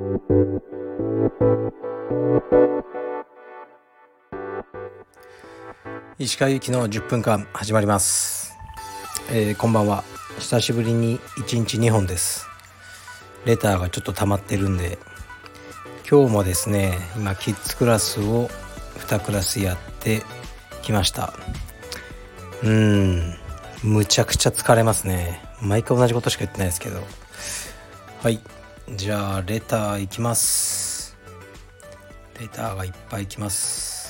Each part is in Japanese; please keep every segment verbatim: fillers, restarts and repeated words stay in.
石川由紀のじゅっぷんかん始まります、えー、こんばんは。久しぶりにいちにちにほんです。レターがちょっと溜まってるんで、今日もですね、今キッズクラスをにクラスやってきました。うーんむちゃくちゃ疲れますね。毎回同じことしか言ってないですけど。はい、じゃあレターいきます。レターがいっぱい来ます。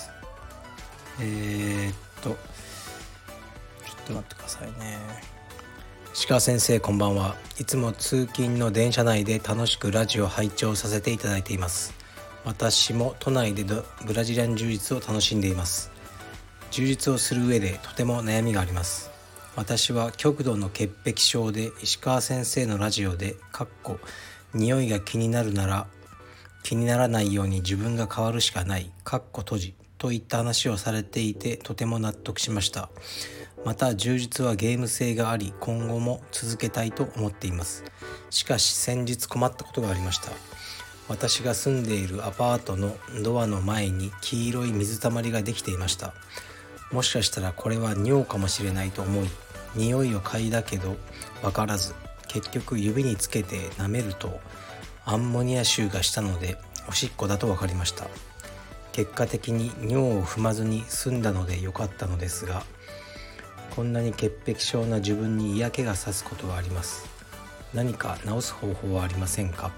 えー、っとちょっと待ってくださいね。石川先生、こんばんは。いつも通勤の電車内で楽しくラジオ拝聴させていただいています。私も都内でブラジリアン柔術を楽しんでいます。柔術をする上でとても悩みがあります。私は極度の潔癖症で、石川先生のラジオでかっこ匂いが気になるなら気にならないように自分が変わるしかないかっこ閉じといった話をされていて、とても納得しました。また柔術はゲーム性があり、今後も続けたいと思っています。しかし先日困ったことがありました。私が住んでいるアパートのドアの前に黄色い水たまりができていました。もしかしたらこれは尿かもしれないと思い、匂いを嗅いだけどわからず、結局指につけて舐めるとアンモニア臭がしたのでおしっこだと分かりました。結果的に尿を踏まずに済んだので良かったのですが、こんなに潔癖症な自分に嫌気がさすことがあります。何か治す方法はありませんか？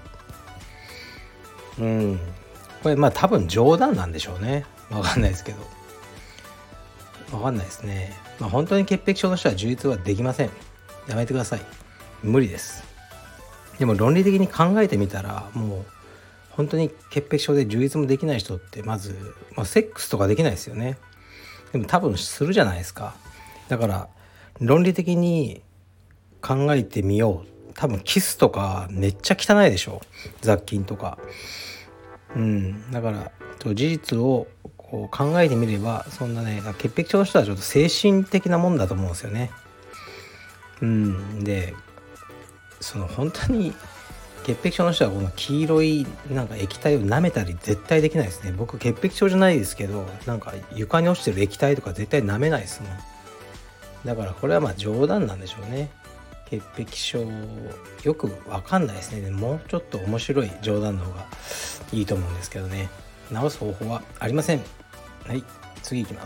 うんこれまあ多分冗談なんでしょうね。分かんないですけど、分かんないですね。まあ本当に潔癖症の人は柔術はできません。やめてください。無理です。でも論理的に考えてみたら、もう本当に潔癖症で充実もできない人ってまず、まあ、セックスとかできないですよね。でも多分するじゃないですか。だから論理的に考えてみよう。多分キスとかめっちゃ汚いでしょ、雑菌とか。うんだから事実をこう考えてみれば、そんなね、潔癖症の人はちょっと精神的なもんだと思うんですよね。うんでその本当に潔癖症の人はこの黄色いなんか液体を舐めたり絶対できないですね。僕潔癖症じゃないですけど、なんか床に落ちてる液体とか絶対舐めないですもん。だからこれはまあ冗談なんでしょうね。潔癖症よくわかんないですね。もうちょっと面白い冗談の方がいいと思うんですけどね。治す方法はありません。はい、次いきます。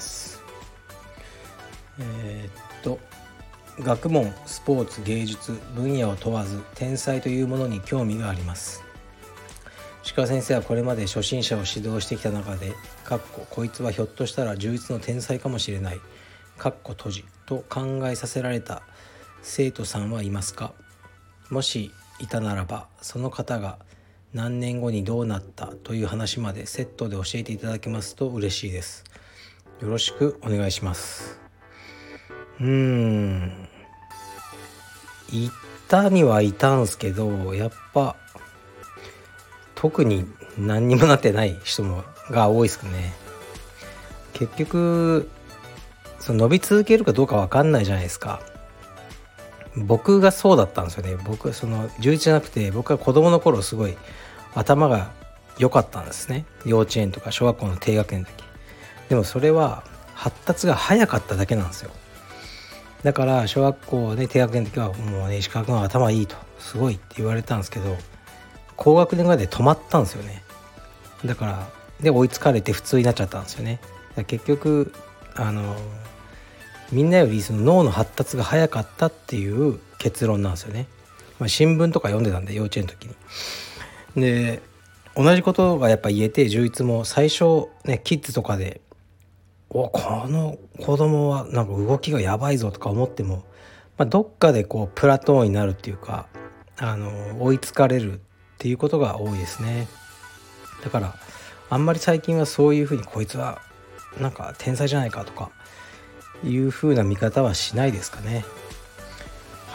えー、っと学問、スポーツ、芸術、分野を問わず天才というものに興味があります。石川先生はこれまで初心者を指導してきた中で、かっここいつはひょっとしたら柔術の天才かもしれないかっこ閉じと考えさせられた生徒さんはいますか？もしいたならば、その方が何年後にどうなったという話までセットで教えていただけますと嬉しいです。よろしくお願いします。うーんいたにはいたんすけど、やっぱ特に何にもなってない人もが多いですかね。結局その伸び続けるかどうか分かんないじゃないですか。僕がそうだったんですよね。僕はそのじゅういちじゃなくて、僕は子供の頃すごい頭が良かったんですね。幼稚園とか小学校の低学年の時。でもそれは発達が早かっただけなんですよ。だから小学校で低学年の時はもうね、石川君は頭いいとすごいって言われたんですけど、高学年ぐらいで止まったんですよね。だからで追いつかれて普通になっちゃったんですよね。だから結局あのみんなよりその脳の発達が早かったっていう結論なんですよね。まあ、新聞とか読んでたんで、幼稚園の時に。で同じことがやっぱ言えて、充実も最初ね、キッズとかでおこの子供はなんか動きがやばいぞとか思っても、まあ、どっかでこうプラトーンになるっていうか、あの追いつかれるっていうことが多いですね。だからあんまり最近はそういうふうにこいつはなんか天才じゃないかとかいうふうな見方はしないですかね。はい、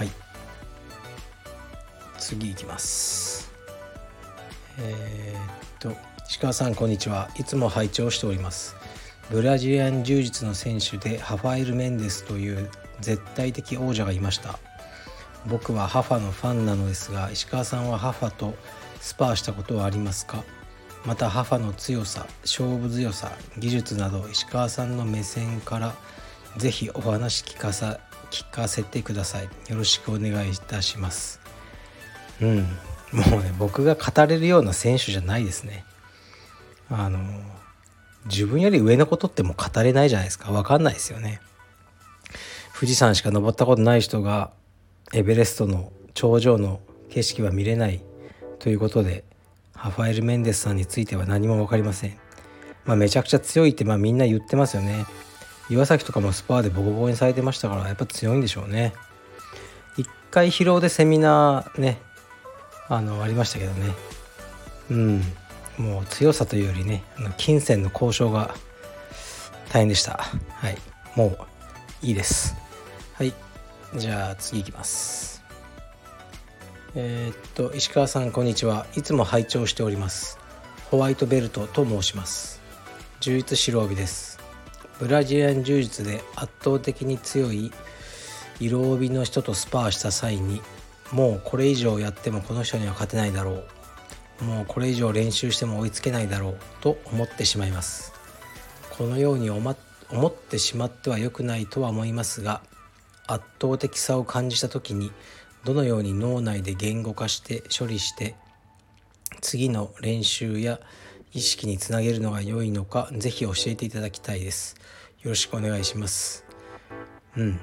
次いきます。えー、っと石川さん、こんにちは。いつも拝聴しております。ブラジリアン柔術の選手でハファエル・メンデスという絶対的王者がいました。僕はハファのファンなのですが、石川さんはハファとスパーしたことはありますか？また母の強さ、勝負強さ、技術など石川さんの目線からぜひお話聞かさ聞かせてください。よろしくお願いいたします。うん、もうね僕が語れるような選手じゃないですね。あの自分より上のことってもう語れないじゃないですか。分かんないですよね。富士山しか登ったことない人がエベレストの頂上の景色は見れないということで、ハファエル・メンデスさんについては何も分かりません。まあ、めちゃくちゃ強いってまあみんな言ってますよね。岩崎とかもスパーでボコボコにされてましたから、やっぱ強いんでしょうね。一回疲労でセミナーねあのありましたけどね。うんもう強さというよりね、あの金銭の交渉が大変でした。はい、もういいです。はい、じゃあ次いきます。えー、っと石川さんこんにちは。いつも拝聴しております。ホワイトベルトと申します。柔術白帯です。ブラジリアン柔術で圧倒的に強い色帯の人とスパーした際に、もうこれ以上やってもこの人には勝てないだろう、もうこれ以上練習しても追いつけないだろうと思ってしまいます。このように思ってしまっては良くないとは思いますが、圧倒的さを感じた時にどのように脳内で言語化して処理して次の練習や意識につなげるのが良いのか、ぜひ教えていただきたいです。よろしくお願いします。うん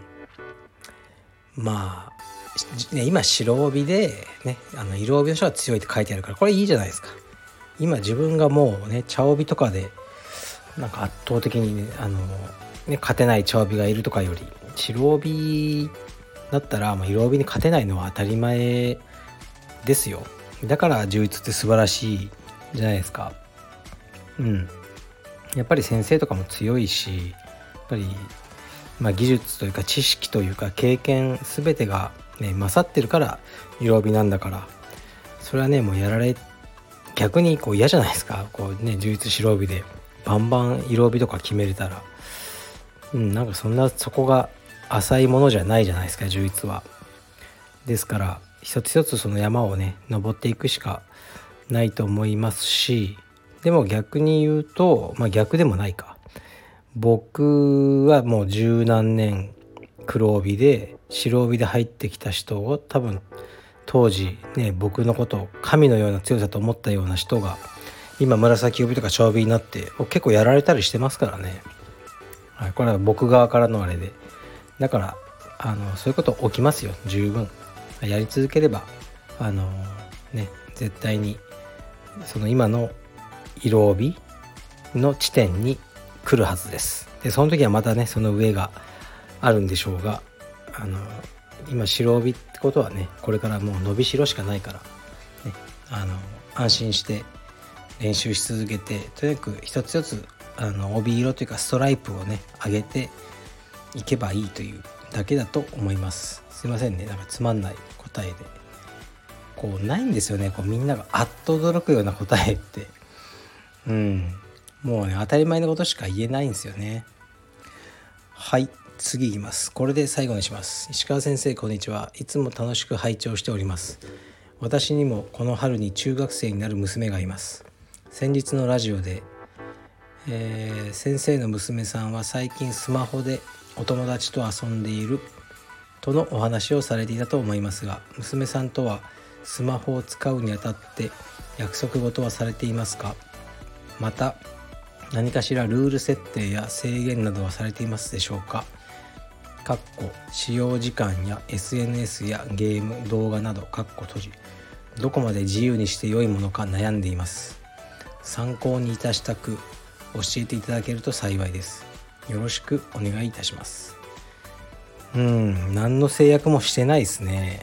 まあ、ね、今白帯で、ね、あの色帯の人が強いって書いてあるからこれいいじゃないですか。今自分がもうね茶帯とかでなんか圧倒的にね、あのね勝てない茶帯がいるとかより、白帯だったらもう色帯に勝てないのは当たり前ですよ。だから充実って素晴らしいじゃないですか。うんやっぱり先生とかも強いし、やっぱりまあ技術というか知識というか経験全てがね勝ってるから色帯なんだから、それはねもうやられ逆にこう嫌じゃないですか。こうね充実白帯でバンバン色帯とか決めれたら、うんなんかそんなそこが浅いものじゃないじゃないですか充実は。ですから一つ一つその山をね登っていくしかないと思いますし、でも逆に言うとまあ逆でもないか、僕はもう十何年黒帯で白帯で入ってきた人を多分当時ね僕のことを神のような強さと思ったような人が今紫帯とか茶帯になって結構やられたりしてますからね。はい、これは僕側からのあれで、だからあのそういうこと起きますよ。十分やり続ければあのね絶対にその今の色帯の地点に来るはずです。でその時はまたねその上があるんでしょうが、あの今白帯ってことはねこれからもう伸びしろしかないから、ね、あの安心して練習し続けて、とにかく一つ一つあの帯色というかストライプをね上げていけばいいというだけだと思います。すいませんねなんかつまんない答えでこうないんですよね。こうみんながあっと驚くような答えってうんもうね当たり前のことしか言えないんですよね。はい次いきます。これで最後にします。石川先生こんにちは。いつも楽しく拝聴しております。私にもこの春に中学生になる娘がいます。先日のラジオで、えー、先生の娘さんは最近スマホでお友達と遊んでいるとのお話をされていたと思いますが、娘さんとはスマホを使うにあたって約束事はされていますか？また何かしらルール設定や制限などはされていますでしょうか？かっこ使用時間や エスエヌエス やゲーム動画などかっこ閉じ、どこまで自由にして良いものか悩んでいます。参考にいたしたく教えていただけると幸いです。よろしくお願いいたします。うーん何の制約もしてないですね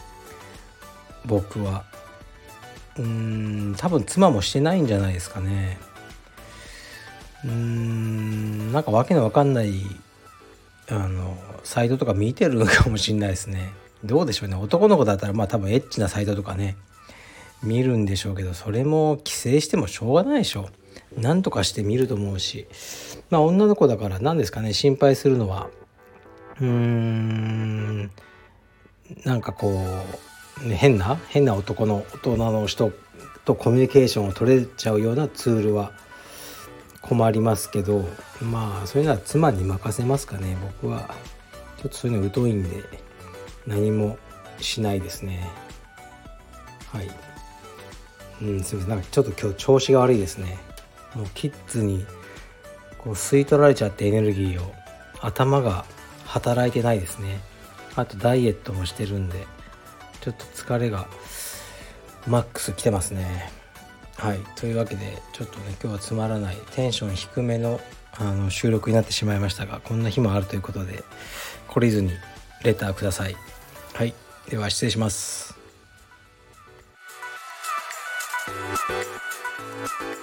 僕は。うーん多分妻もしてないんじゃないですかね。うーんなんかわけのわかんないあのサイトとか見てるかもしれないですね。どうでしょうね。男の子だったらまあ多分エッチなサイトとかね見るんでしょうけど、それも規制してもしょうがないでしょ。なんとかして見ると思うし、まあ女の子だから何ですかね心配するのはうーんなんかこ変な変な男の大人の人とコミュニケーションを取れちゃうようなツールは困りますけど、まあそういうのは妻に任せますかね。僕はちょっとそういうの疎いんで何もしないですね。はい。うん、すみません。なんかちょっと今日調子が悪いですね。もうキッズにこう吸い取られちゃってエネルギーを、頭が働いてないですね。あとダイエットもしてるんでちょっと疲れがマックス来てますね。はい、というわけでちょっとね今日はつまらないテンション低めのあの収録になってしまいましたが、こんな日もあるということで懲りずにレターください。はい、では失礼します。